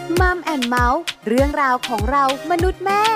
มัมแอนด์เมาส์เรื่องราวของเรามนุษย์แม่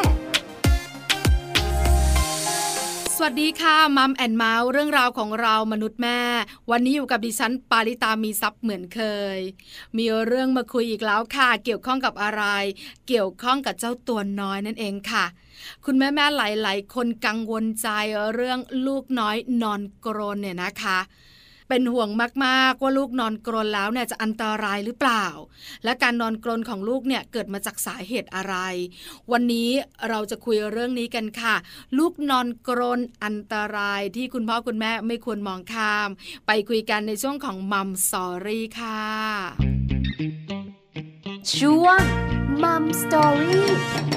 สวัสดีค่ะมัมแอนด์เมาส์เรื่องราวของเรามนุษย์แม่วันนี้อยู่กับดิฉันปาริตามีซัพ์เหมือนเคยมีเรื่องมาคุยอีกแล้วค่ะเกี่ยวข้องกับอะไรเกี่ยวข้องกับเจ้าตัวน้อยนั่นเองค่ะคุณแม่ๆหลายๆคนกังวลใจเรื่องลูกน้อยนอนกรนเนี่ยนะคะเป็นห่วงมากๆว่าลูกนอนกรนแล้วเนี่ยจะอันตรายหรือเปล่าและการนอนกรนของลูกเนี่ยเกิดมาจากสาเหตุอะไรวันนี้เราจะคุยเรื่องนี้กันค่ะลูกนอนกรนอันตรายที่คุณพ่อคุณแม่ไม่ควรมองข้ามไปคุยกันในช่วงของมัมสตอรี่ค่ะช่วงมัมสตอรี่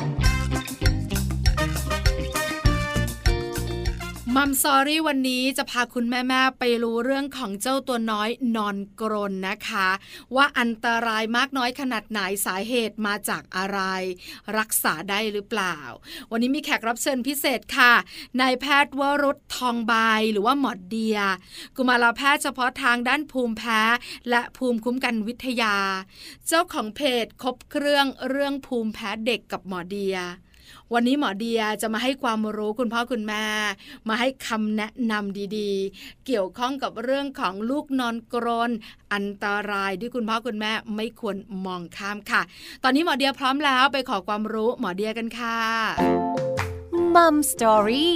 มัมซอรี่วันนี้จะพาคุณแม่ๆไปรู้เรื่องของเจ้าตัวน้อยนอนกรนนะคะว่าอันตรายมากน้อยขนาดไหนสาเหตุมาจากอะไรรักษาได้หรือเปล่าวันนี้มีแขกรับเชิญพิเศษค่ะนายแพทย์วรุษทองใบหรือว่าหมอเดียกุมารแพทย์เฉพาะทางด้านภูมิแพ้และภูมิคุ้มกันวิทยาเจ้าของเพจครบเครื่องภูมิแพ้เด็กกับหมอเดียวันนี้หมอเดียจะมาให้ความรู้คุณพ่อคุณแม่มาให้คำแนะนำดีๆเกี่ยวข้องกับเรื่องของลูกนอนกรนอันตรายที่คุณพ่อคุณแม่ไม่ควรมองข้ามค่ะตอนนี้หมอเดียพร้อมแล้วไปขอความรู้หมอเดียกันค่ะมัมสตอรี่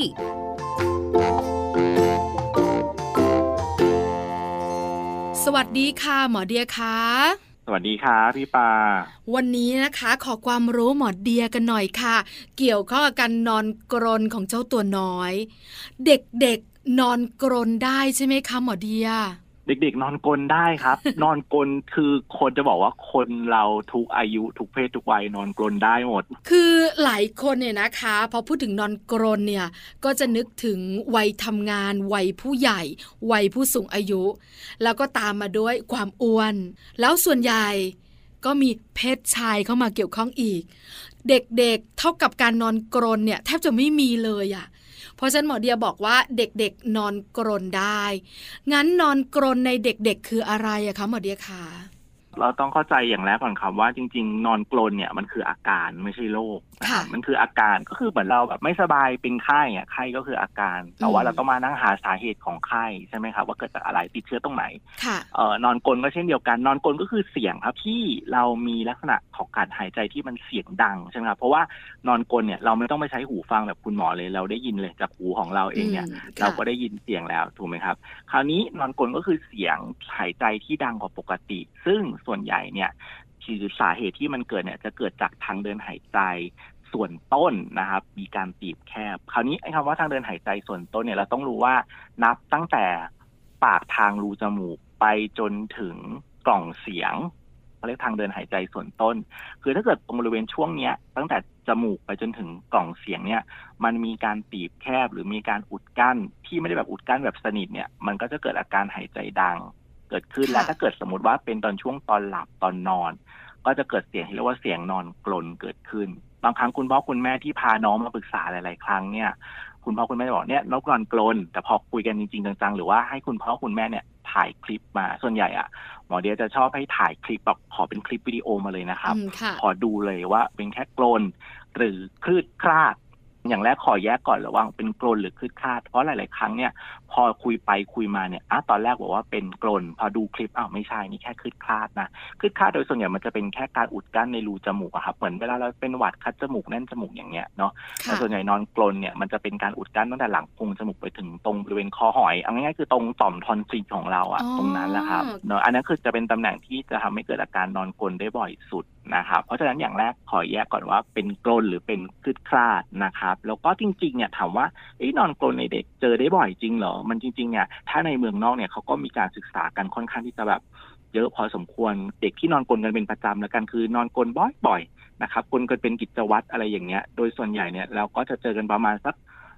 สวัสดีค่ะหมอเดียค่ะสวัสดีครับพี่ปาวันนี้นะคะขอความรู้หมอเดียกันหน่อยค่ะเกี่ยวข้องกับการนอนกรนของเจ้าตัวน้อยเด็กๆนอนกรนได้ใช่ไหมคะหมอเดียเด็กๆนอนกลนได้ครับ นอนกลนคือคนจะบอกว่าคนเราทุกอายุทุกเพศทุกวัยนอนกลนได้หมดคือหลายคนเนี่ยนะคะพอพูดถึงนอนกรนเนี่ยก็จะนึกถึงวัยทำงานวัยผู้ใหญ่วัยผู้สูงอายุแล้วก็ตามมาด้วยความอ้วนแล้วส่วนใหญ่ก็มีเพศชายเข้ามาเกี่ยวข้องอีกเด็กๆเท่ากับการนอนกรนเนี่ยแทบจะไม่มีเลยอ่ะเพราะฉะนั้นหมอเดียบอกว่าเด็กๆนอนกรนได้งั้นนอนกรนในเด็กๆคืออะไรอะคะหมอเดียคะเราต้องเข้าใจอย่างแรกก่อนครับว่าจริงๆนอนกลนเนี่ยมันคืออาการไม่ใช่โรคมันคืออาการก็คือเหมือนเราแบบไม่สบายเป็นไข้อ่ะไข้ก็คืออาการแต่ว่าเราต้องมานั่งหาสาเหตุของไข้ใช่ไหมครับว่าเกิดจากอะไรติดเชื้อตรงไหนนอนกลนก็เช่นเดียวกันนอนกลนก็คือเสียงครับที่เรามีลักษณะของการหายใจที่มันเสียงดังใช่ไหมครับเพราะว่านอนกลนเนี่ยเราไม่ต้องไปใช้หูฟังแบบคุณหมอเลยเราได้ยินเลยจากหูของเราเองเนี่ยเราก็ได้ยินเสียงแล้วถูกไหมครับคราวนี้นอนกลนก็คือเสียงหายใจที่ดังกว่าปกติซึ่งส่วนใหญ่เนี่ยคือสาเหตุที่มันเกิดเนี่ยจะเกิดจากทางเดินหายใจส่วนต้นนะครับมีการตีบแคบคราวนี้ไอ้คำว่าทางเดินหายใจส่วนต้นเนี่ยเราต้องรู้ว่านับตั้งแต่ปากทางรูจมูกไปจนถึงกล่องเสียงเขาเรียกทางเดินหายใจส่วนต้นคือถ้าเกิดตรงบริเวณช่วงเนี้ยตั้งแต่จมูกไปจนถึงกล่องเสียงเนี่ยมันมีการตีบแคบหรือมีการอุดกั้นที่ไม่ได้แบบอุดกั้นแบบสนิทเนี่ยมันก็จะเกิดอาการหายใจดังเกิดขึ้นและถ้าเกิดสมมติว่าเป็นตอนช่วงตอนหลับตอนนอนก็จะเกิดเสียงที่เรียกว่าเสียงนอนกรนเกิดขึ้นบางครั้งคุณพ่อคุณแม่ที่พาน้องมาปรึกษาหลายๆครั้งเนี่ยคุณพ่อคุณแม่บอกเนี่ยนกนอนกรนแต่พอคุยกันจริงๆจังๆหรือว่าให้คุณพ่อคุณแม่เนี่ยถ่ายคลิปมาส่วนใหญ่อ่ะหมอเดียจะชอบให้ถ่ายคลิปแบบขอเป็นคลิปวิดีโอมาเลยนะครับขอดูเลยว่าเป็นแค่กรนหรือคลืดคลาดอย่างแรกขอแยกก่อนระหว่างเป็นกรนหรือคลืดคลาดเพราะหลายๆครั้งเนี่ยพอคุยไปคุยมาเนี่ยตอนแรกบอกว่าเป็นกรนพอดูคลิปไม่ใช่นี่แค่คลืดคลาดนะคลืดคลาดโดยส่วนใหญ่มันจะเป็นแค่การอุดกั้นในรูจมูกครับเหมือนเวลาเราเป็นหวัดคัดจมูกแน่นจมูกอย่างเงี้ยเนาะแต่ส่วนใหญ่นอนกรนเนี่ยมันจะเป็นการอุดกั้นตั้งแต่หลังโพรงจมูกไปถึงตรงบริเวณคอหอยเอาง่ายๆคือตรงต่อมทอนซิลของเราตรงนั้นแหละครับเนาะอันนั้นคือจะเป็นตำแหน่งที่จะทำให้เกิดอาการนอนกรนได้บ่อยสุดนะครับเพราะฉะนั้นอย่างแรกขอแยกก่อนว่าเป็นกรนหรือเป็นคลืดคลาดนะครับแล้วก็จริงๆเนี่ยถามว่านอนกรนในเด็กเจอได้บ่อยจริงเหรอมันจริงๆเนี่ยถ้าในเมืองนอกเนี่ยเขาก็มีการศึกษากันค่อนข้างที่จะแบบเยอะพอสมควรเด็กที่นอนกรนกันเป็นประจำแล้วกันคือนอนกรนบ่อยๆนะครับกรนกันเป็นกิจวัตรอะไรอย่างเงี้ยโดยส่วนใหญ่เนี่ยเราก็จะเจอกันประมาณสัก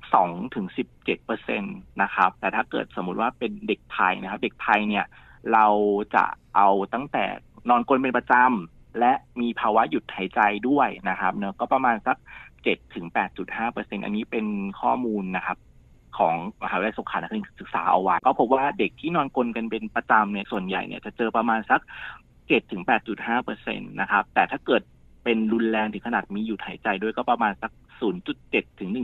2-17% นะครับแต่ถ้าเกิดสมมุติว่าเป็นเด็กไทยนะครับเด็กไทยเนี่ยเราจะเอาตั้งแต่นอนกรนเป็นประจำและมีภาวะหยุดหายใจด้วยนะครับเนอะก็ประมาณสัก 7-8.5% อันนี้เป็นข้อมูลนะครับของมหาวิทยาลัยสงขลานครินทร์ศึกษาเอาไว้ก็พบว่าเด็กที่นอนกรนกันเป็นประจำเนี่ยส่วนใหญ่เนี่ยจะเจอประมาณสัก 7 ถึง 8.5% นะครับแต่ถ้าเกิดเป็นรุนแรงถึงขนาดมีหยุดหายใจด้วยก็ประมาณสัก 0.7 ถึง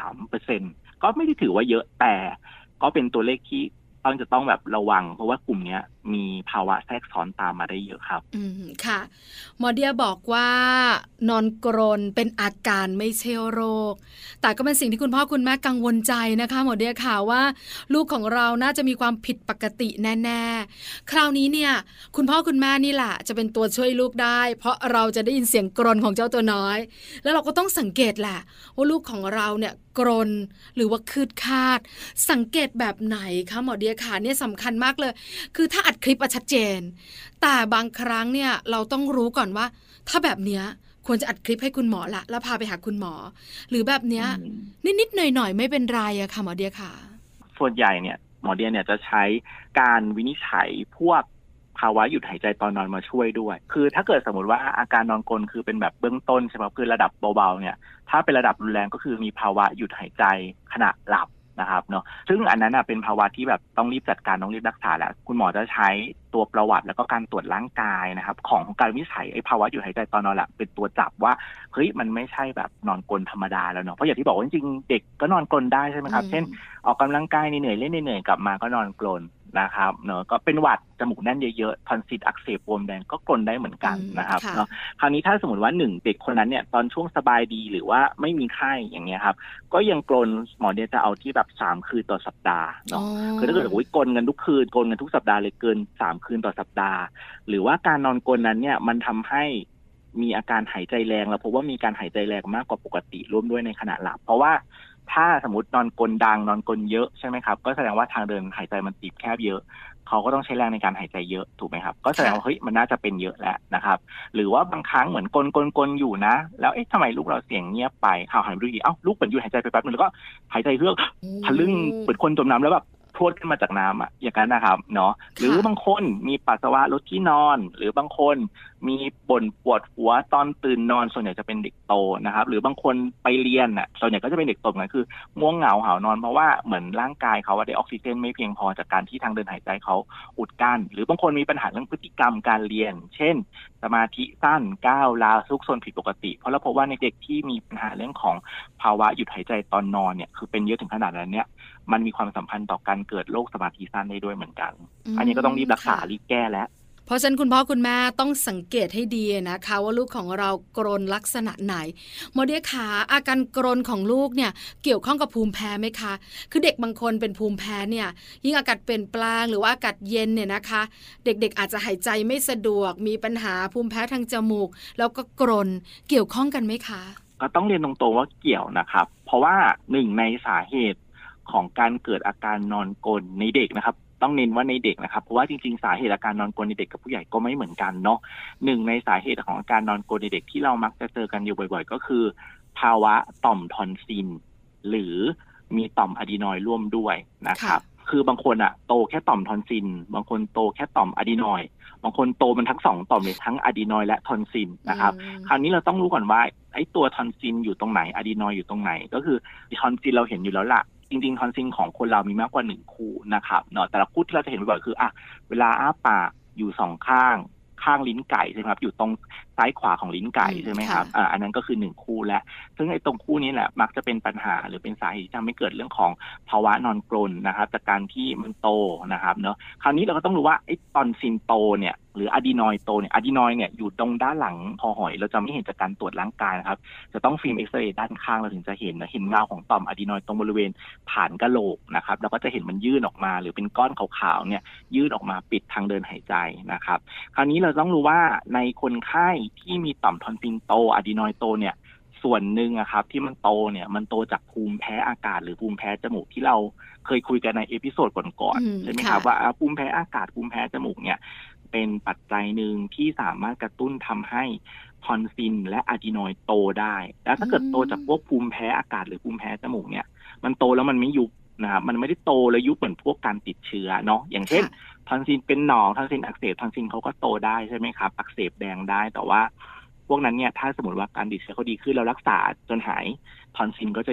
1.3% ก็ไม่ได้ถือว่าเยอะแต่ก็เป็นตัวเลขที่จะต้องแบบระวังเพราะว่ากลุ่มนี้มีภาวะแทรกซ้อนตามมาได้เยอะครับค่ะหมอเดียบอกว่านอนกรนเป็นอาการไม่ใช่โรคแต่ก็เป็นสิ่งที่คุณพ่อคุณแม่กังวลใจนะคะหมอเดียค่ะว่าลูกของเราน่าจะมีความผิดปกติแน่ๆคราวนี้เนี่ยคุณพ่อคุณแม่นี่แหละจะเป็นตัวช่วยลูกได้เพราะเราจะได้ยินเสียงกรนของเจ้าตัวน้อยแล้วเราก็ต้องสังเกตแหละว่าลูกของเราเนี่ยกรนหรือว่าคืดคาดสังเกตแบบไหนคะหมอเดียค่ะเนี่ยสำคัญมากเลยคือถ้าอัดคลิปชัดเจนแต่บางครั้งเนี่ยเราต้องรู้ก่อนว่าถ้าแบบเนี้ยควรจะอัดคลิปให้คุณหมอละแล้วพาไปหาคุณหมอหรือแบบเนี้ยนิดๆหน่อยๆไม่เป็นไรอะค่ะหมอเดียค่ะส่วนใหญ่เนี่ยหมอเดียเนี่ยจะใช้การวินิจฉัยพวกภาวะหยุดหายใจตอนนอนมาช่วยด้วยคือถ้าเกิดสมมติว่าอาการนอนกรนคือเป็นแบบเบื้องต้นใช่ไหมคือระดับเบาๆเนี่ยถ้าเป็นระดับรุนแรงก็คือมีภาวะหยุดหายใจขณะหลับนะครับเนาะซึ่งอันนั้นเป็นภาวะที่แบบต้องรีบจัดการต้องรีบรักษาแล้วคุณหมอจะใช้ตัวประวัติแล้วก็การตรวจร่างกายนะครับของการวินิจฉัยไอ้ภาวะหยุดหายใจตอนนอนหลับเป็นตัวจับว่าเฮ้ยมันไม่ใช่แบบนอนกรนธรรมดาแล้วเนาะเพราะอย่างที่บอกว่าจริงๆเด็กก็นอนกรนได้ใช่ไหมครับเช่นออกกำลังกายเหนื่อยเล่นเหนื่อยกลับมาก็นอนกรนนะครับเนาะก็เป็นหวัดจมูกแน่นเยอะๆทอนซิลอักเสบบวมแดงก็กรนได้เหมือนกันนะครับเนาะคราวนี้ถ้าสมมติว่า1เด็กคนนั้นเนี่ยตอนช่วงสบายดีหรือว่าไม่มีไข้อย่างเงี้ยครับก็ยังกรนหมอเนี่ยจะเอาที่แบบ3คืนต่อสัปดาห์เนาะคือถ้าเกิดกรนกันทุกคืนกรนกันทุกสัปดาห์เลยเกิน3คืนต่อสัปดาห์หรือว่าการนอนกรนนั้นเนี่ยมันทำให้มีอาการหายใจแรงแล้วพบว่ามีการหายใจแรงมากกว่าปกติร่วมด้วยในขณะหลับเพราะว่าถ้าสมมตินอนกรนดังนอนกรนเยอะใช่ไหมครับก็แสดงว่าทางเดินหายใจมันตีบแคบเยอะเขาก็ต้องใช้แรงในการหายใจเยอะถูกไหมครับก็แสดงว่าเฮ้ยมันน่าจะเป็นเยอะแล้วนะครับหรือว่าบางครั้งเหมือนกลอยู่นะแล้วทำไมลูกเราเสียงเงียบไปข่าวหันไปดูดีลูกเหมือนอยู่หายใจไปแป๊บนึงแล้วก็หายใจเฮือกทะลึ่งเหมือนคนจมน้ำแล้วแบบพรวดขึ้นมาจากน้ำอย่างนั้นนะครับเนาะหรือบางคนมีปัสสาวะลดที่นอนหรือบางคนมีบ่นปวดหัวตอนตื่นนอนส่วนใหญ่จะเป็นเด็กโตนะครับหรือบางคนไปเรียนส่วนใหญ่ก็จะเป็นเด็กโตเหมือนกันคือง่วงเหงาหาวนอนเพราะว่าเหมือนร่างกายเขาได้ออกซิเจนไม่เพียงพอจากการที่ทางเดินหายใจเขาอุดกั้นหรือบางคนมีปัญหาเรื่องพฤติกรรมการเรียนเช่นสมาธิสั้นก้าวร้าวซุกซนผิดปกติเพราะเราพบว่าในเด็กที่มีปัญหาเรื่องของภาวะหยุดหายใจตอนนอนเนี่ยคือเป็นเยอะถึงขนาดนั้นเนี่ยมันมีความสัมพันธ์ต่อการเกิดโรคสมาธิสั้นได้ด้วยเหมือนกันอันนี้ก็ต้องรีบรักษารีบแก้แล้วเพราะฉะนั้นคุณพ่อคุณแม่ต้องสังเกตให้ดีนะคะว่าลูกของเรากรนลักษณะไหนหมอเดียขาอาการกรนของลูกเนี่ยเกี่ยวข้องกับภูมิแพ้ไหมคะคือเด็กบางคนเป็นภูมิแพ้เนี่ยยิ่งอากาศเปลี่ยนแปลงหรือว่าอากาศเย็นเนี่ยนะคะเด็กๆอาจจะหายใจไม่สะดวกมีปัญหาภูมิแพ้ทางจมูกแล้วก็กรนเกี่ยวข้องกันไหมคะก็ต้องเรียนตรงๆว่าเกี่ยวนะครับเพราะว่า1ในสาเหตุของการเกิดอาการนอนกรนในเด็กนะครับต้องเน้นว่าในเด็กนะครับเพราะว่าจริงๆสาเหตุอาการนอนกรนในเด็กกับผู้ใหญ่ก็ไม่เหมือนกันเนาะ1ในสาเหตุของอาการนอนกรนในเด็กที่เรามักจะเจอกันอยู่บ่อยๆก็คือภาวะต่อมทอนซิลหรือมีต่อมอะดีนอยด์ร่วมด้วยนะครับคือบางคนโตแค่ต่อมทอนซิลบางคนโตแค่ต่อมอะดีนอยด์บางคนโตมันทั้ง2ต่อมเลยทั้งอะดีนอยด์และทอนซิลนะครับคราวนี้เราต้องรู้ก่อนว่าไอ้ตัวทอนซิลอยู่ตรงไหนอะดีนอยด์อยู่ตรงไหนก็คือทอนซิลเราเห็นอยู่แล้วล่ะจริงๆทอนซิลของคนเรามีมากกว่า1คู่นะครับเนาะแต่ละคู่ที่เราจะเห็นบ่อยๆคือเวลาอ้าปากอยู่2ข้างลิ้นไก่ใช่ไหมครับอยู่ตรงซ้ายขวาของลิ้นไก่ใช่ไหมครับอันนั้นก็คือ1คู่แล้วซึ่งไอ้ตรงคู่นี้แหละมักจะเป็นปัญหาหรือเป็นสาเหตุที่ทำให้เกิดเรื่องของภาวะนอนกรนนะครับจากการที่มันโตนะครับเนาะคราวนี้เราก็ต้องรู้ว่าไอ้ตอนซินโตเนี่ยหรืออะดีนอยด์โตเนี่ยอะดีนอยด์เนี่ยอยู่ตรงด้านหลังคอหอยเราจะไม่เห็นจากการตรวจร่างกายนะครับจะต้องฟิล์มเอ็กซเรย์ด้านข้างเราถึงจะเห็นเงาของต่อมอะดีนอยด์ตรงบริเวณฐานกะโหลกนะครับเราก็จะเห็นมันยื่นออกมาหรือเป็นก้อนขาวๆเนี่ยยื่นออกมาปิดทางเดินหายใจนะครับคราวนี้เราต้องรู้ว่าในคนไข้ที่มีต่อมทอนซิลโตอะดีนอยด์โตเนี่ยส่วนหนึ่งครับที่มันโตเนี่ยมันโตจากภูมิแพ้อากาศหรือภูมิแพ้จมูกที่เราเคยคุยกันในเอพิโซดก่อนๆใช่ไหมครับว่าภูมิแพ้อากาศภูมิแพ้จมูกเนี่ยเป็นปัจจัยหนึ่งที่สามารถกระตุ้นทำให้ทอนซิลและอะดีนอยด์โตได้แล้วถ้าเกิดโตจากพวกภูมิแพ้อากาศหรือภูมิแพ้จมูกเนี่ยมันโตแล้วมันไม่ยุบนะครับมันไม่ได้โตแล้วยุบเหมือนพวกการติดเชื้อเนาะอย่างเช่นทอนซิลเป็นหนองทอนซิลอักเสบทอนซิลเขาก็โตได้ใช่ไหมครับอักเสบแดงได้แต่ว่าพวกนั้นเนี่ยถ้าสมมติว่าการติดเชื้อเขาดีขึ้นแล้วรักษาจนหายทอนซิลก็จะยุบ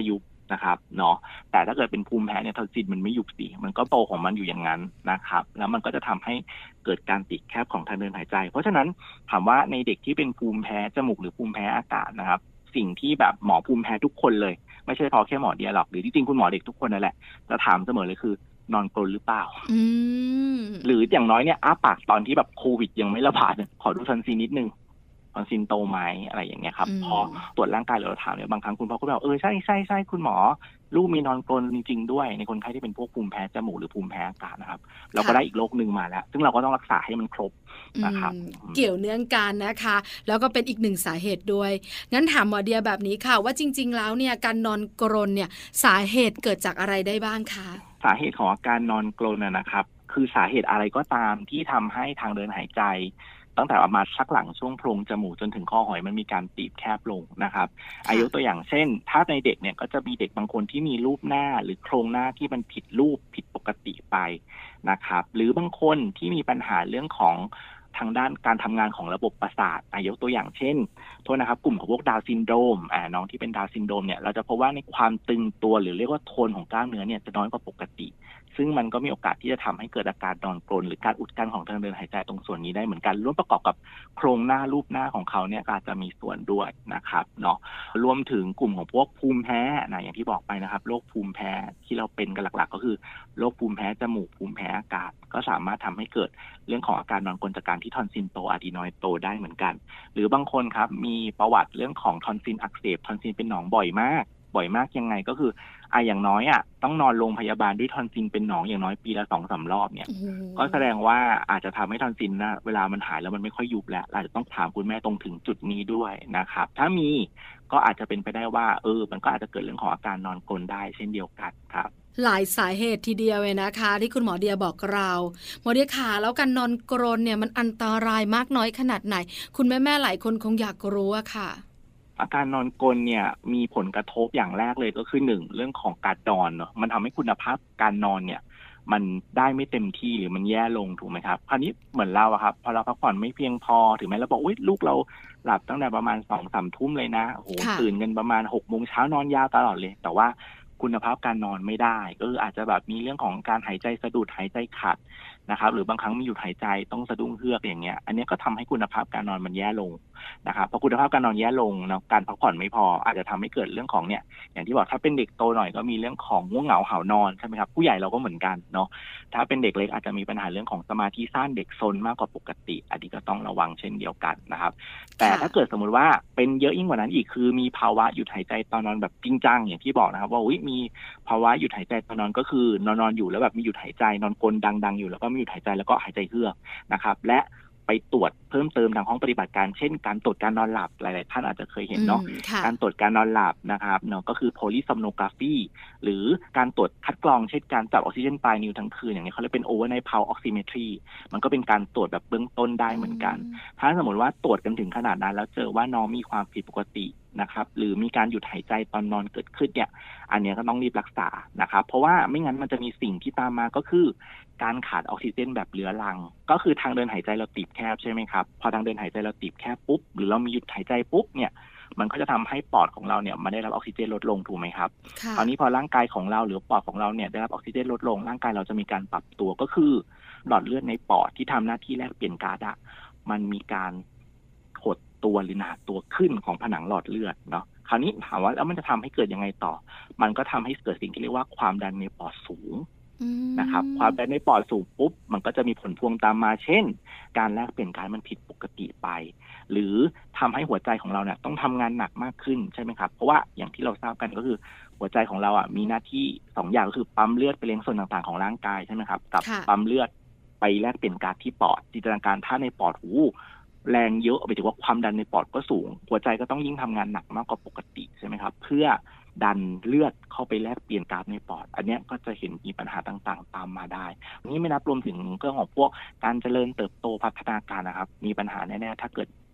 นะครับเนาะแต่ถ้าเกิดเป็นภูมิแพ้เนี่ยทอนซิลมันไม่หยุดสิมันก็โตของมันอยู่อย่างนั้นนะครับแล้วมันก็จะทำให้เกิดการติดแคบของทางเดินหายใจเพราะฉะนั้นถามว่าในเด็กที่เป็นภูมิแพ้จมูกหรือภูมิแพ้อากาศนะครับสิ่งที่แบบหมอภูมิแพ้ทุกคนเลยไม่ใช่พอแค่หมอเดียหรอกหรือจริงๆคุณหมอเด็กทุกคนนั่นแหละจะถามเสมอเลยคือนอนกรนหรือเปล่าหรืออย่างน้อยเนี่ยอ้าปากตอนที่แบบโควิดยังไม่ระบาดขอดูทอนซิลนิดนึงทอนซิลโตไหมอะไรอย่างเงี้ยครับพอตรวจร่างกายเราถามเนี่ยบางครั้งคุณพ่อก็แบบใช่คุณหมอลูกมีนอนกรนจริงๆด้วยในคนไข้ที่เป็นพวกภูมิแพ้จมูกหรือภูมิแพ้อากาศนะครับเราก็ได้อีกโรคนึงมาแล้วซึ่งเราก็ต้องรักษาให้มันครบนะครับเกี่ยวเนื่องกันนะคะแล้วก็เป็นอีกหนึ่งสาเหตุด้วยงั้นถามหมอเดียแบบนี้ค่ะว่าจริงๆแล้วเนี่ยการนอนกรนเนี่ยสาเหตุเกิดจากอะไรได้บ้างคะสาเหตุของอาการนอนกรนนะครับคือสาเหตุอะไรก็ตามที่ทำให้ทางเดินหายใจตั้งแต่ประมาณสักหลังช่วงโพรงจมูกจนถึงคอหอยมันมีการตีบแคบลงนะครับอายุตัวอย่างเช่นถ้าในเด็กเนี่ยก็จะมีเด็กบางคนที่มีรูปหน้าหรือโครงหน้าที่มันผิดรูปผิดปกติไปนะครับหรือบางคนที่มีปัญหาเรื่องของทางด้านการทำงานของระบบประสาทยกตัวอย่างเช่นโทษนะครับกลุ่มของพวกดาวน์ซินโดรมน้องที่เป็นดาวน์ซินโดรมเนี่ยเราจะพบว่าในความตึงตัวหรือเรียกว่าโทนของกล้ามเนื้อเนี่ยจะน้อยกว่าปกติซึ่งมันก็มีโอกาสที่จะทำให้เกิดอาการนอนกรนหรือการอุดกั้นของทางเดินหายใจตรงส่วนนี้ได้เหมือนกันร่วมประกอบกับโครงหน้ารูปหน้าของเขาเนี่ยอาจจะมีส่วนด้วยนะครับเนาะรวมถึงกลุ่มของพวกภูมิแพ้อย่างที่บอกไปนะครับโรคภูมิแพ้ที่เราเป็นกันหลักๆก็คือโรคภูมิแพ้จมูกภูมิแพ้อากาศก็สามารถทำให้เกิดเรื่องของอาการนอนกรนจากการที่ทอนซิลโตอะดีนอยด์โตได้เหมือนกันหรือบางคนครับมีประวัติเรื่องของทอนซิลอักเสบทอนซิลเป็นหนองบ่อยมากยังไงก็คืออย่างน้อยต้องนอนโรงพยาบาลด้วยทอนซิลเป็นหนองอย่างน้อยปีละ 2-3 รอบเนี่ยก็แสดงว่าอาจจะทำให้ทอนซิลนะเวลามันหายแล้วมันไม่ค่อยยุบแล้วอาจจะต้องถามคุณแม่ตรงถึงจุดนี้ด้วยนะครับถ้ามีก็อาจจะเป็นไปได้ว่ามันก็อาจจะเกิดเรื่องของอาการนอนกรนได้เช่นเดียวกันครับหลายสาเหตุทีเดียวเลยนะคะที่คุณหมอเดียบอกเราหมอเดียขาแล้วการนอนกรนเนี่ยมันอันตรายมากน้อยขนาดไหนคุณแม่หลายคนคงอยากรู้อะค่ะอาการนอนกรนเนี่ยมีผลกระทบอย่างแรกเลยก็คือ1เรื่องของการนอนเนาะมันทำให้คุณภาพการนอนเนี่ยมันได้ไม่เต็มที่หรือมันแย่ลงถูกไหมครับคราวนี้เหมือนเราครับพอเราพักผ่อนไม่เพียงพอถึงแม้เราบอกลูกเราหลับตั้งแต่ประมาณ 2-3 ทุ่มเลยนะโอ้โหตื่นกันประมาณ 6 โมงเช้านอนยาวตลอดเลยแต่ว่าคุณภาพการนอนไม่ได้ก็คืออาจจะแบบมีเรื่องของการหายใจสะดุดหายใจขัดนะครับหรือบางครั้งมีหยุดหายใจต้องสะดุ้งเฮือกอย่างเงี้ยอันนี้ก็ทำให้คุณภาพการนอนมันแย่ลงนะครับพอคุณภาพการนอนแย่ลงนะการพักผ่อนไม่พออาจจะทำให้เกิดเรื่องของเนี่ยอย่างที่บอกถ้าเป็นเด็กโตหน่อยก็มีเรื่องของง่วงเหงาหาวนอนใช่ไหมครับผู้ใหญ่เราก็เหมือนกันเนาะถ้าเป็นเด็กเล็กอาจจะมีปัญหาเรื่องของสมาธิสั้นเด็กซนมากกว่าปกติอันนี้ก็ต้องระวังเช่นเดียวกันนะครับแต่ถ้าเกิดสมมุติว่าเป็นเยอะยิ่งกว่านั้นอีกคือมีภาวะหยุดหายใจตอนนอนแบบจริงจังอย่างที่บอกนะครับว่ามีภาวะหยุดหายใจตอนนอนก็คือนอนอยู่แล้วแบบมีหยุดหายใจนอนกรนดังๆอยู่แล้วก็มีหยุดหายใจแล้วก็หายใจเฮือกนะครับและไปตรวจเพิ่มเติมทางห้องปฏิบัติการเช่นการตรวจการนอนหลับหลายๆท่านอาจจะเคยเห็นเนาะการตรวจการนอนหลับนะครับเนาะก็คือ polysomnography หรือการตรวจคัดกรองเช่นการจับออกซิเจนปลายนิ้วทั้งคืนอย่างนี้เขาเรียกเป็น overnight pulse oximetry มันก็เป็นการตรวจแบบเบื้องต้นได้เหมือนกันถ้าสมมติว่าตรวจกันถึงขนาดนั้นแล้วเจอว่าน้องมีความผิดปกตินะครับหรือมีการหยุดหายใจตอนนอนเกิดขึ้นเนี่ยอันนี้ก็ต้องรีบรักษานะครับเพราะว่าไม่งั้นมันจะมีสิ่งที่ตามมาก็คือการขาดออกซิเจนแบบเรื้อรังก็คือทางเดินหายใจเราตีบแคบใช่ไหมครับพอทางเดินหายใจเราตีบแคบปุ๊บหรือเรามีหยุดหายใจปุ๊บเนี่ยมันก็จะทำให้ปอดของเราเนี่ยมันได้รับออกซิเจนลดลงถูกไหมครับตอนนี้พอร่างกายของเราหรือปอดของเราเนี่ยได้รับออกซิเจนลดลงร่างกายเราจะมีการปรับตัวก็คือหลอดเลือดในปอดที่ทำหน้าที่แลกเปลี่ยนก๊าซมันมีการหดตัวหรือหนาตัวขึ้นของผนังหลอดเลือดเนาะคราวนี้ถามว่าแล้วมันจะทำให้เกิดยังไงต่อมันก็ทำให้เกิดสิ่งที่เรียกว่าความดันในปอดสูงนะครับความดันในปอดสูงปุ๊บมันก็จะมีผลพวงตามมาเช่นการแลกเปลี่ยนก๊าซมันผิดปกติไปหรือทำให้หัวใจของเราเนี่ยต้องทำงานหนักมากขึ้นใช่ไหมครับเพราะว่าอย่างที่เราทราบกันก็คือหัวใจของเรามีหน้าที่2อย่างก็คือปั๊มเลือดไปเลี้ยงส่วนต่างๆของร่างกายใช่ไหมครับกับปั๊มเลือดไปแลกเปลี่ยนก๊าซที่ปอดจินตนาการถ้าในปอดแรงเยอะไปถึงว่าความดันในปอดก็สูงหัวใจก็ต้องยิ่งทำงานหนักมากกว่าปกติใช่ไหมครับเพื่อดันเลือดเข้าไปแลกเปลี่ยนก๊าซในปอดอันนี้ก็จะเห็นมีปัญหาต่างๆตามมาได้นี่ไม่นับรวมถึงเรื่องของพวกการเจริญเติบโตพัฒนาการนะครับมีปัญหาแน่ๆถ้าเกิด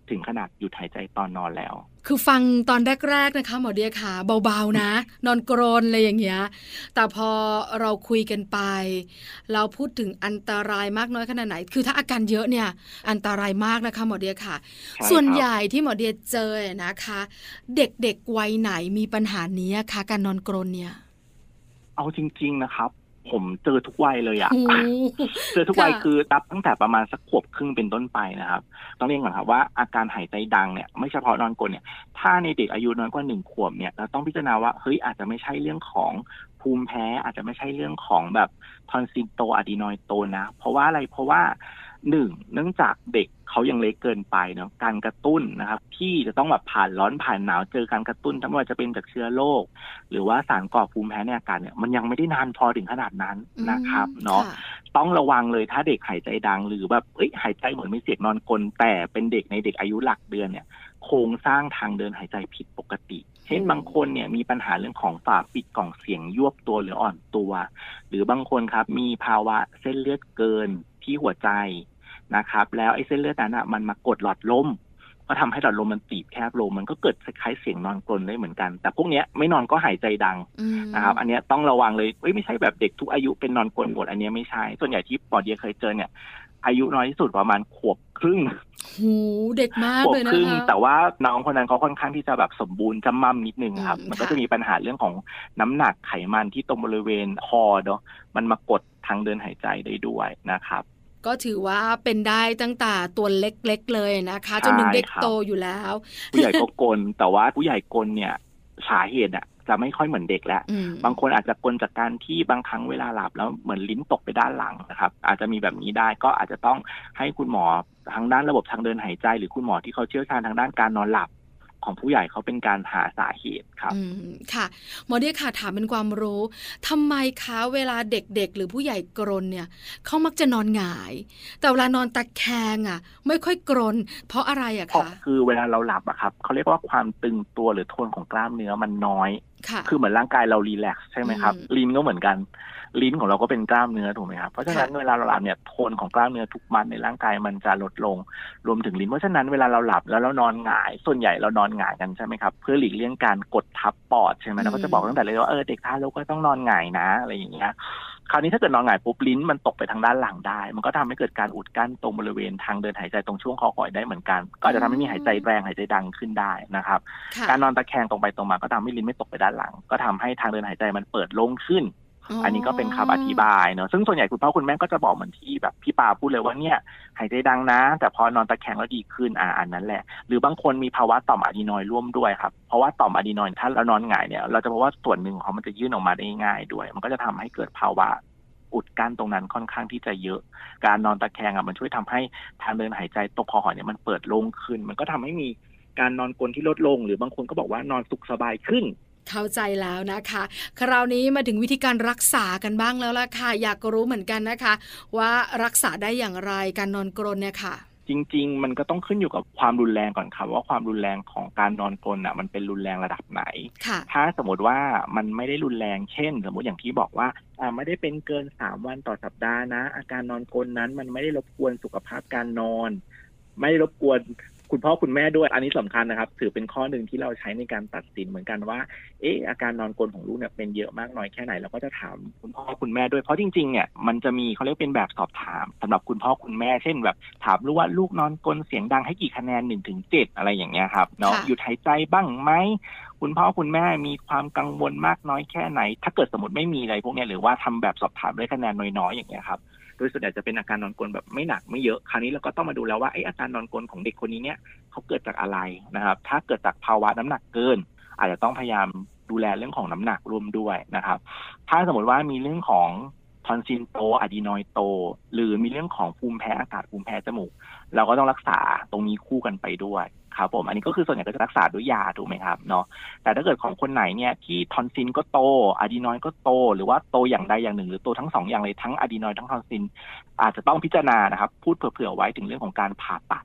ถึงขนาดหยุดหายใจตอนนอนแล้วคือฟังตอนแรกๆนะคะหมอเดียค่ะเบาๆนะนอนกรนอะไรอย่างเงี้ยแต่พอเราคุยกันไปเราพูดถึงอันตรายมากน้อยขนาดไหนคือถ้าอาการเยอะเนี่ยอันตรายมากนะคะหมอเดียค่ะส่วนใหญ่ที่หมอเดียเจอนะคะเด็กๆวัยไหนมีปัญหานี้คะการนอนกรนเนี่ยเอาจริงๆนะครับผมเจอทุกวัยเลยอะเจอทุกวัยคือนับตั้งแต่ประมาณสักขวบครึ่งเป็นต้นไปนะครับต้องเรียนก่อนครับว่าอาการหายใจดังเนี่ยไม่เฉพาะนอนกรนเนี่ยถ้าในเด็กอายุน้อยกว่า1 ขวบเนี่ยเราต้องพิจารณาว่าเฮ้ยอาจจะไม่ใช่เรื่องของภูมิแพ้อาจจะไม่ใช่เรื่องของแบบทอนซิลโตอะดีนอยโตนะเพราะว่าอะไรเพราะว่าเนื่องจากเด็กเขายังเล็กเกินไปเนาะการกระตุ้นนะครับที่จะต้องแบบผ่านร้อนผ่านหนาวเจอการกระตุ้นไม่ว่าจะเป็นจากเชื้อโรคหรือว่าสารก่อภูมิแพ้ในอากาศเนี่ยมันยังไม่ได้นานพอถึงขนาดนั้นนะครับเนาะต้องระวังเลยถ้าเด็กหายใจดังหรือแบบหายใจเหมือนมีเสียงนอนกรนแต่เป็นเด็กในเด็กอายุหลักเดือนเนี่ยโครงสร้างทางเดินหายใจผิดปกติเช่นบางคนเนี่ยมีปัญหาเรื่องของฝาปิดกล่องเสียงยวบตัวหรืออ่อนตัวหรือบางคนครับมีภาวะเส้นเลือดเกินที่หัวใจนะครับแล้วไอ้เส้นเลือดนั้นอ่ะมันมากดหลอดลมก็ทำให้หลอดลมมันตีบแคบลงมันก็เกิดคล้ายๆเสียงนอนกรนได้เหมือนกันแต่พวกเนี้ยไม่นอนก็หายใจดังนะครับอันเนี้ยต้องระวังเลยไม่ใช่แบบเด็กทุกอายุเป็นนอนกรนหมดอันเนี้ยไม่ใช่ส่วนใหญ่ที่ปอเดียเคยเจอเนี่ยอายุน้อยที่สุดประมาณขวบครึ่งโหเด็กมากเลยนะคะแต่ว่าน้องคนนั้นเขาค่อนข้างที่จะแบบสมบูรณ์จำมั่มนิดนึงครับมันก็จะมีปัญหาเรื่องของน้ำหนักไขมันที่ตรงบริเวณคอเนาะมันมากดทางเดินหายใจได้ด้วยนะครับก็ถือว่าเป็นได้ตั้งแต่ตัวเล็กๆเลยนะคะจนถึงเด็กโตอยู่แล้วผู้ใหญ่ก็กลแต่ว่าผู้ใหญ่กลเนี่ยสาเหตุอ่ะจะไม่ค่อยเหมือนเด็กแล้วบางคนอาจจะกลจากการที่บางครั้งเวลาหลับแล้วเหมือนลิ้นตกไปด้านหลังนะครับอาจจะมีแบบนี้ได้ก็อาจจะต้องให้คุณหมอทางด้านระบบทางเดินหายใจหรือคุณหมอที่เขาเชี่ยวชาญทางด้านการนอนหลับของผู้ใหญ่เขาเป็นการหาสาเหตุครับค่ะหมอเดียค่ะถามเป็นความรู้ทำไมคะเวลาเด็กๆหรือผู้ใหญ่กรนเนี่ยเขามักจะนอนหงายแต่เวลานอนตะแคงไม่ค่อยกรนเพราะอะไรอะคะคือเวลาเราหลับอะครับเขาเรียกว่าความตึงตัวหรือโทนของกล้ามเนื้อมันน้อยคือเหมือนร่างกายเรารีแลกซ์ใช่ไหมครับลิ้นก็เหมือนกันลิ้นของเราก็เป็นกล้ามเนื้อถูกไหมครับเพราะฉะนั้นเวลาเราหลับเนี่ยโทนของกล้ามเนื้อทุกมัดในร่างกายมันจะลดลงรวมถึงลิ้นเพราะฉะนั้นเวลาเราหลับแล้วเรานอนหงายส่วนใหญ่เรานอนหงายกันใช่ไหมครับเพื่อหลีกเลี่ยงการกดทับปอดใช่ไหมเราก็จะบอกตั้งแต่เลยว่าเด็กทารกก็ต้องนอนหงายนะอะไรอย่างเงี้ยคราวนี้ถ้าเกิดนอนหงายปุ๊บลิ้นมันตกไปทางด้านหลังได้มันก็ทำให้เกิดการอุดกั้นตรงบริเวณทางเดินหายใจตรงช่วงคอหอยได้เหมือนกันก็จะทำให้มีหายใจแรงหายใจดังขึ้นได้นะครับการนอนตะแคงตรงไปตรงมาก็ทำให้ลิ้นไม่ตกไปด้านหลังก็ทำให้ทางเดินหายใจมันเปิดโล่งขึ้นอันนี้ก็เป็นคำอธิบายเนอะซึ่งส่วนใหญ่คุณพ่อคุณแม่ก็จะบอกเหมือนที่แบบพี่ปาพูดเลยว่าเนี่ยหายใจดังนะแต่พอนอนตะแคงแล้วดีขึ้นอันนั้นแหละหรือบางคนมีภาวะต่อมอะดีนอยด์ร่วมด้วยครับเพราะว่าต่อมอะดีนอยด์ถ้าเรานอนหงายเนี่ยเราจะพบว่าส่วนหนึ่งของมันจะยื่นออกมาได้ง่ายด้วยมันก็จะทำให้เกิดภาวะอุดกั้นตรงนั้นค่อนข้างที่จะเยอะการนอนตะแคงมันช่วยทำให้ทางเดินหายใจตรงคอหอยเนี่ยมันเปิดโล่งขึ้นมันก็ทำให้มีการนอนกรนที่ลดลงหรือบางคนก็บอกว่านอนสุขสบายขึ้นเข้าใจแล้วนะคะคราวนี้มาถึงวิธีการรักษากันบ้างแล้วล่ะค่ะอยากรู้เหมือนกันนะคะว่ารักษาได้อย่างไรการนอนกรนเนี่ยค่ะจริงๆมันก็ต้องขึ้นอยู่กับความรุนแรงก่อนครับว่าความรุนแรงของการนอนกรนมันเป็นรุนแรงระดับไหนถ้าสมมติว่ามันไม่ได้รุนแรงเช่นสมมติอย่างที่บอกว่าไม่ได้เป็นเกิน3 วันต่อสัปดาห์นะอาการนอนกรนนั้นมันไม่ได้รบกวนสุขภาพการนอนไม่ได้รบกวนคุณพ่อคุณแม่ด้วยอันนี้สำคัญนะครับถือเป็นข้อหนึ่งที่เราใช้ในการตัดสินเหมือนกันว่าอาการนอนกรนของลูกเนี่ยเป็นเยอะมากน้อยแค่ไหนเราก็จะถามคุณพ่อคุณแม่ด้วยเพราะจริงๆเนี่ยมันจะมีเขาเรียกเป็นแบบสอบถามสำหรับคุณพ่อคุณแม่เช่นแบบถามลูกว่าลูกนอนกรนเสียงดังให้กี่คะแนน1-7อะไรอย่างเงี้ยครับเนาะหยุดหายใจบ้างไหมคุณพ่อคุณแม่มีความกังวลมากน้อยแค่ไหนถ้าเกิดสมมติไม่มีอะไรพวกนี้หรือว่าทำแบบสอบถามด้วยคะแนนน้อยๆอย่างเงี้ยครับโดยส่วนใหญ่จะเป็นอาการนอนกรนแบบไม่หนักไม่เยอะคราวนี้เราก็ต้องมาดูแล้วว่าอาการนอนกรนของเด็กคนนี้เนี่ยเขาเกิดจากอะไรนะครับถ้าเกิดจากภาวะน้ำหนักเกินอาจจะต้องพยายามดูแลเรื่องของน้ำหนักรวมด้วยนะครับถ้าสมมติว่ามีเรื่องของทอนซิลโตอะดีนอยโตหรือมีเรื่องของภูมิแพ้อากาศภูมิแพ้จมูกเราก็ต้องรักษาตรงนี้คู่กันไปด้วยครับผมอันนี้ก็คือส่วนใหญ่ก็จะรักษาด้วยยาถูกไหมครับเนาะแต่ถ้าเกิดของคนไหนเนี่ยที่ทอนซิลก็โตอะดีนอยก็โตหรือว่าโตอย่างใดอย่างหนึ่งหรือโตทั้ง2อย่างเลยทั้งอะดีนอยทั้งทอนซิลอาจจะต้องพิจารณานะครับพูดเผื่อๆไว้ถึงเรื่องของการผ่าตัด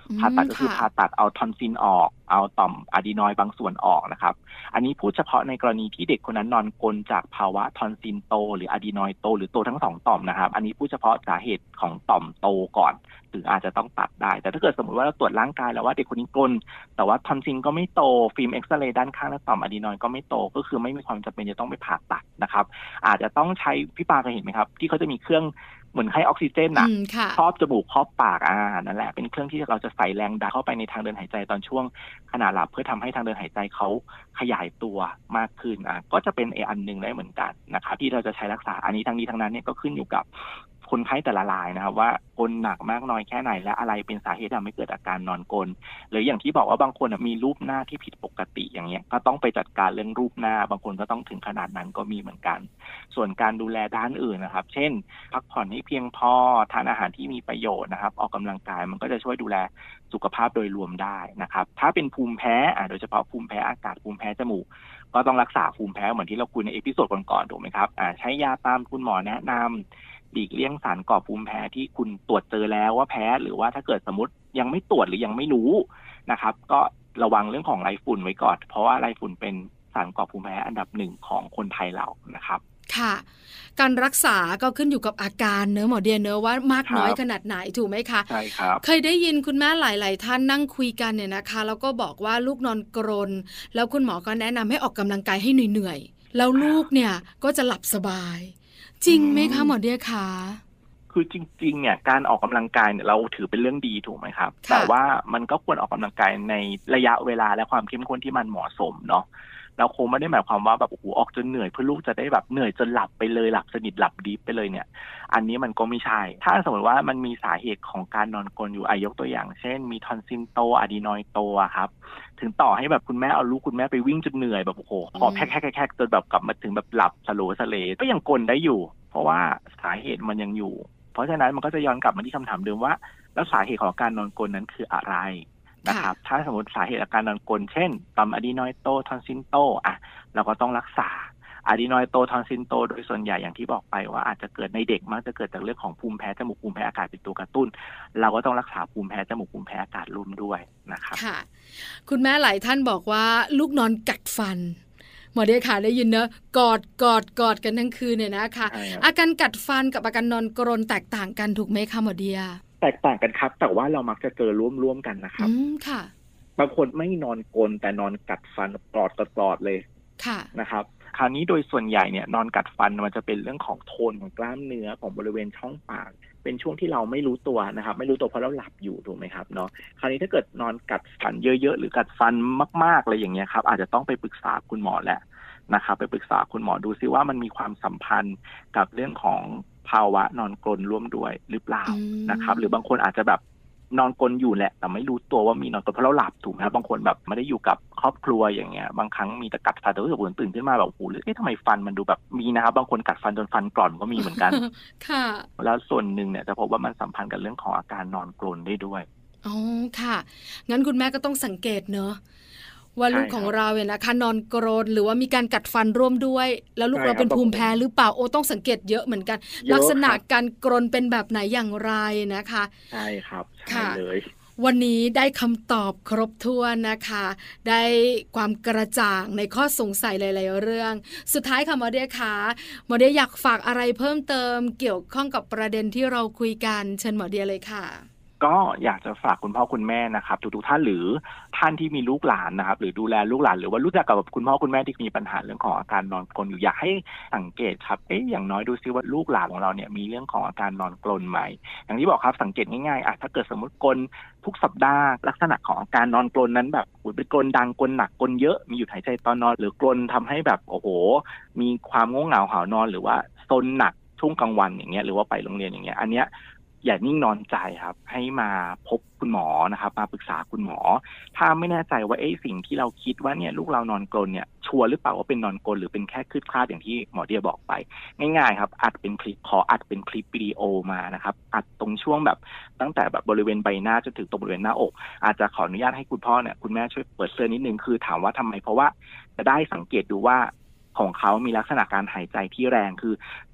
ผ่าตัดก็คือผ่าตัดเอาทอนซิลออกเอาต่อมอะดีนอยด์บางส่วนออกนะครับอันนี้พูดเฉพาะในกรณีที่เด็กคนนั้นนอนกรนจากภาวะทอนซิลโตหรืออะดีนอยด์โตหรือโตทั้ง2ต่อมนะครับอันนี้พูดเฉพาะสาเหตุของต่อมโตก่อนหรืออาจจะต้องตัดได้แต่ถ้าเกิดสมมติว่าเราตรวจร่างกายแล้วว่าเด็กคนนี้กรนแต่ว่าทอนซิลก็ไม่โตฟิล์มเอ็กซเรย์ด้านข้างและต่อมอะดีนอยด์ก็ไม่โตก็คือไม่มีความจำเป็นจะต้องไปผ่าตัดนะครับอาจจะต้องใช้พี่ปาเคยเห็นไหมครับที่เขาจะมีเครื่องเหมือนให้ออกซิเจนนะครอบจมูกครอบปากนั่นแหละเป็นเครื่องที่เราจะใส่แรงดันเข้าไปในทางเดินหายใจตอนช่วงขณะหลับเพื่อทำให้ทางเดินหายใจเขาขยายตัวมากขึ้นก็จะเป็นอันนึงได้เหมือนกันนะครับที่เราจะใช้รักษาอันนี้ทั้งนี้ทั้งนั้นเนี่ยก็ขึ้นอยู่กับคนไข้แต่ละรายนะครับว่ากรนหนักมากน้อยแค่ไหนและอะไรเป็นสาเหตุทำให้เกิดอาการนอนกรนหรืออย่างที่บอกว่าบางคนมีรูปหน้าที่ผิดปกติอย่างเงี้ยก็ต้องไปจัดการเรื่องรูปหน้าบางคนก็ต้องถึงขนาดนั้นก็มีเหมือนกันส่วนการดูแลด้านอื่นนะครับเช่นพักผ่อนให้เพียงพอทานอาหารที่มีประโยชน์นะครับออกกำลังกายมันก็จะช่วยดูแลสุขภาพโดยรวมได้นะครับถ้าเป็นภูมิแพ้โดยเฉพาะภูมิแพ้อากาศภูมิแพ้จมูกก็ต้องรักษาภูมิแพ้เหมือนที่เราคุยในเอพิโซดก่อนๆถูกไหมครับใช้ยาตามคุณหมอแนะนำหลีกเลี่ยงสารก่อภูมิแพ้ที่คุณตรวจเจอแล้วว่าแพ้หรือว่าถ้าเกิดสมมติยังไม่ตรวจหรือยังไม่รู้นะครับก็ระวังเรื่องของไรฝุ่นไว้ก่อนเพราะว่าไรฝุ่นเป็นสารก่อภูมิแพ้อันดับ1ของคนไทยเรานะครับค่ะการรักษาก็ขึ้นอยู่กับอาการเนอะหมอเดียเนอะว่ามากน้อยขนาดไหนถูกไหมคะใช่ครับเคยได้ยินคุณแม่หลายๆท่านนั่งคุยกันเนี่ยนะคะแล้วก็บอกว่าลูกนอนกรนแล้วคุณหมอก็แนะนำให้ออกกำลังกายให้เหนื่อยๆแล้วลูกเนี่ยก็จะหลับสบายจริงไหมคะหมอเดียคะคือจริงๆเนี่ยการออกกำลังกายเนี่ยเราถือเป็นเรื่องดีถูกไหมครับแต่ว่ามันก็ควรออกกำลังกายในระยะเวลาและความเข้มข้นที่มันเหมาะสมเนาะเราคงไม่ได้หมายความว่าแบบโอ้โหออกจนเหนื่อยเพื่อลูกจะได้แบบเหนื่อยจนหลับไปเลยหลับสนิทหลับดีไปเลยเนี่ยอันนี้มันก็ไม่ใช่ถ้าสมมติว่ามันมีสาเหตุของการนอนกรนอยู่ยกตัวอย่างเช่นมีทอนซิลโตอะดีนอยด์โตครับถึงต่อให้แบบคุณแม่เอาลูกคุณแม่ไปวิ่งจนเหนื่อยแบบโอ้โหหอบแคกจนแบบกลับมาถึงแบบหลับสโลสเลก็ยังกรนได้อยู่เพราะว่าสาเหตุมันยังอยู่เพราะฉะนั้นมันก็จะย้อนกลับมาที่คำถามเดิมว่าแล้วสาเหตุของการนอนกรนนั้นคืออะไรนะครับถ้าสมมติสาเหตุอาการนอนกรนเช่นต่อมอะดีนอยด์โตทอนซิลโตเราก็ต้องรักษาอะดีนอยด์โตทอนซิลโตโดยส่วนใหญ่อย่างที่บอกไปว่าอาจจะเกิดในเด็กมักจะเกิดจากเรื่องของภูมิแพ้จมูกภูมิแพ้อากาศเป็นตัวกระตุ้นเราก็ต้องรักษาภูมิแพ้จมูกภูมิแพ้อากาศร่วมด้วยนะครับค่ะคุณแม่หลายท่านบอกว่าลูกนอนกัดฟันหมอเดียค่ะได้ยินเนอะกอดกันทั้งคืนเนี่ยนะคะอาการกัดฟันกับอาการนอนกรนแตกต่างกันถูกไหมคะหมอเดียแตกต่างกันครับแต่ว่าเรามักจะเจอร่วมกันนะครับค่ะบางคนไม่นอนกรนแต่นอนกัดฟันกรอดเลยค่ะนะครับคราวนี้โดยส่วนใหญ่เนี่ยนอนกัดฟันมันจะเป็นเรื่องของโทนของกล้ามเนื้อของบริเวณช่องปากเป็นช่วงที่เราไม่รู้ตัวนะครับไม่รู้ตัวเพราะเราหลับอยู่ถูกไหมครับเนาะคราวนี้ถ้าเกิดนอนกัดฟันเยอะๆหรือกัดฟันมากๆอะไรอย่างเงี้ยครับอาจจะต้องไปปรึกษาคุณหมอแหละนะครับไปปรึกษาคุณหมอดูซิว่ามันมีความสัมพันธ์กับเรื่องของภาวะนอนกรนร่วมด้วยหรือเปล่านะครับหรือบางคนอาจจะแบบนอนกรนอยู่แหละแต่ไม่รู้ตัวว่ามีนอนกรนเพราะเราหลับถูกไหมครับบางคนแบบไม่ได้อยู่กับครอบครัวอย่างเงี้ยบางครั้งมีแต่กัดฟันแต่รู้สึกว่าตื่นขึ้นมาแบบโอ้โหทำไมฟันมันดูแบบมีนะครับบางคนกัดฟันจนฟันกร่อนก็มีเหมือนกันค่ะแล้วส่วนหนึ่งเนี่ยจะพบว่ามันสัมพันธ์กับเรื่องของอาการนอนกรนได้ด้วยอ๋อค่ะงั้นคุณแม่ก็ต้องสังเกตเนอะว่าลูกของเราเนี่ยนะคะนอนกรนหรือว่ามีการกัดฟันร่วมด้วยแล้วลูกเราเป็นภูมิแพ้หรือเปล่าต้องสังเกตเยอะเหมือนกันลักษณะการกรนเป็นแบบไหนอย่างไรนะคะใช่ครับใช่เลยวันนี้ได้คำตอบครบถ้วนนะคะได้ความกระจ่างในข้อสงสัยหลายๆเรื่องสุดท้ายค่ะหมอเดียค่ะหมอเดียอยากฝากอะไรเพิ่มเติมเกี่ยวข้องกับประเด็นที่เราคุยกันเชิญหมอเดียเลยค่ะก็อยากจะฝากคุณพ่อคุณแม่นะครับทุกท่านหรือท่านที่มีลูกหลานนะครับหรือดูแลลูกหลานหรือว่ารู้จักกับคุณพ่อคุณแม่ที่มีปัญหาเรื่องของอาการนอนกรนอยู่อยากให้สังเกตครับอย่างน้อยดูซิว่าลูกหลานของเราเนี่ยมีเรื่องของอาการนอนกรนไหมอย่างที่บอกครับสังเกตง่ายๆถ้าเกิดสมมติกรนทุกสัปดาห์ลักษณะของอาการนอนกรนนั้นแบบเป็นกรนดังกรนหนักกรนเยอะมีหยุดหายใจตอนนอนหรือกรนทำให้แบบโอ้โหมีความง่วงเหงาหาวนอนหรือว่าซนหนักช่วงกลางวันอย่างเงี้ยหรือว่าไปโรงเรียนอย่างเงี้ยอันเนี้ยอย่านิ่งนอนใจครับให้มาพบคุณหมอนะครับมาปรึกษาคุณหมอถ้าไม่แน่ใจว่าสิ่งที่เราคิดว่าเนี่ยลูกเรานอนกรนเนี่ยชัวร์หรือเปล่าว่าเป็นนอนกรนหรือเป็นแค่คลืดคลาดอย่างที่หมอเดียบอกไปง่ายๆครับอัดเป็นคลิปอัดเป็นคลิปวิดีโอมานะครับอัดตรงช่วงแบบตั้งแต่แบบบริเวณใบหน้าจนถึงตรงบริเวณหน้าอกอาจจะขออนุญาตให้คุณพ่อเนี่ยคุณแม่ช่วยเปิดเสื้อนิดนึงคือถามว่าทำไมเพราะว่าจะได้สังเกตดูว่าของเขามีลักษณะการหายใจที่แรงคือ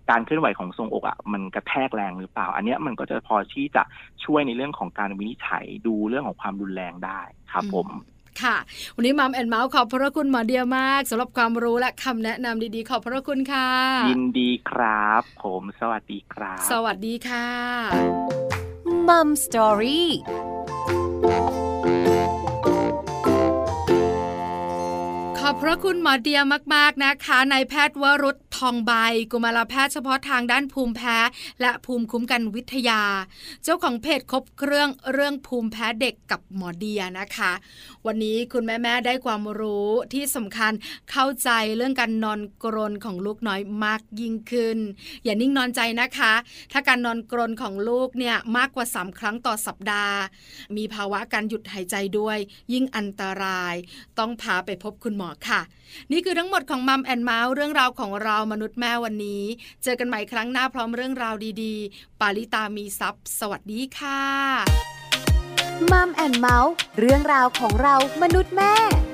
การเคลื่อนไหวของทรวงอกมันกระแทกแรงหรือเปล่าอันเนี้ยมันก็จะพอที่จะช่วยในเรื่องของการวินิจฉัยดูเรื่องของความรุนแรงได้ครับผมค่ะวันนี้มัมแอนด์เมาส์ขอบพระคุณหมอเดียมากสำหรับความรู้และคำแนะนำดีๆขอบพระคุณค่ะยินดีครับผมสวัสดีครับสวัสดีค่ะมัมสตอรี่ขอบพระคุณหมอเดียมากๆนะคะนายแพทย์วรุษทองใบกุมารแพทย์เฉพาะทางด้านภูมิแพ้และภูมิคุ้มกันวิทยาเจ้าของเพจครบเครื่องภูมิแพ้เด็กกับหมอเดียนะคะวันนี้คุณแม่ๆได้ความรู้ที่สำคัญเข้าใจเรื่องการนอนกรนของลูกน้อยมากยิ่งขึ้นอย่านิ่งนอนใจนะคะถ้าการนอนกรนของลูกเนี่ยมากกว่า3ครั้งต่อสัปดาห์มีภาวะการหยุดหายใจด้วยยิ่งอันตรายต้องพาไปพบคุณหมอค่ะนี่คือทั้งหมดของมัมแอนด์เมาส์เรื่องราวของเรามนุษย์แม่วันนี้เจอกันใหม่ครั้งหน้าพร้อมเรื่องราวดีๆปาริตามีทรัพย์สวัสดีค่ะมัมแอนด์เมาส์เรื่องราวของเรามนุษย์แม่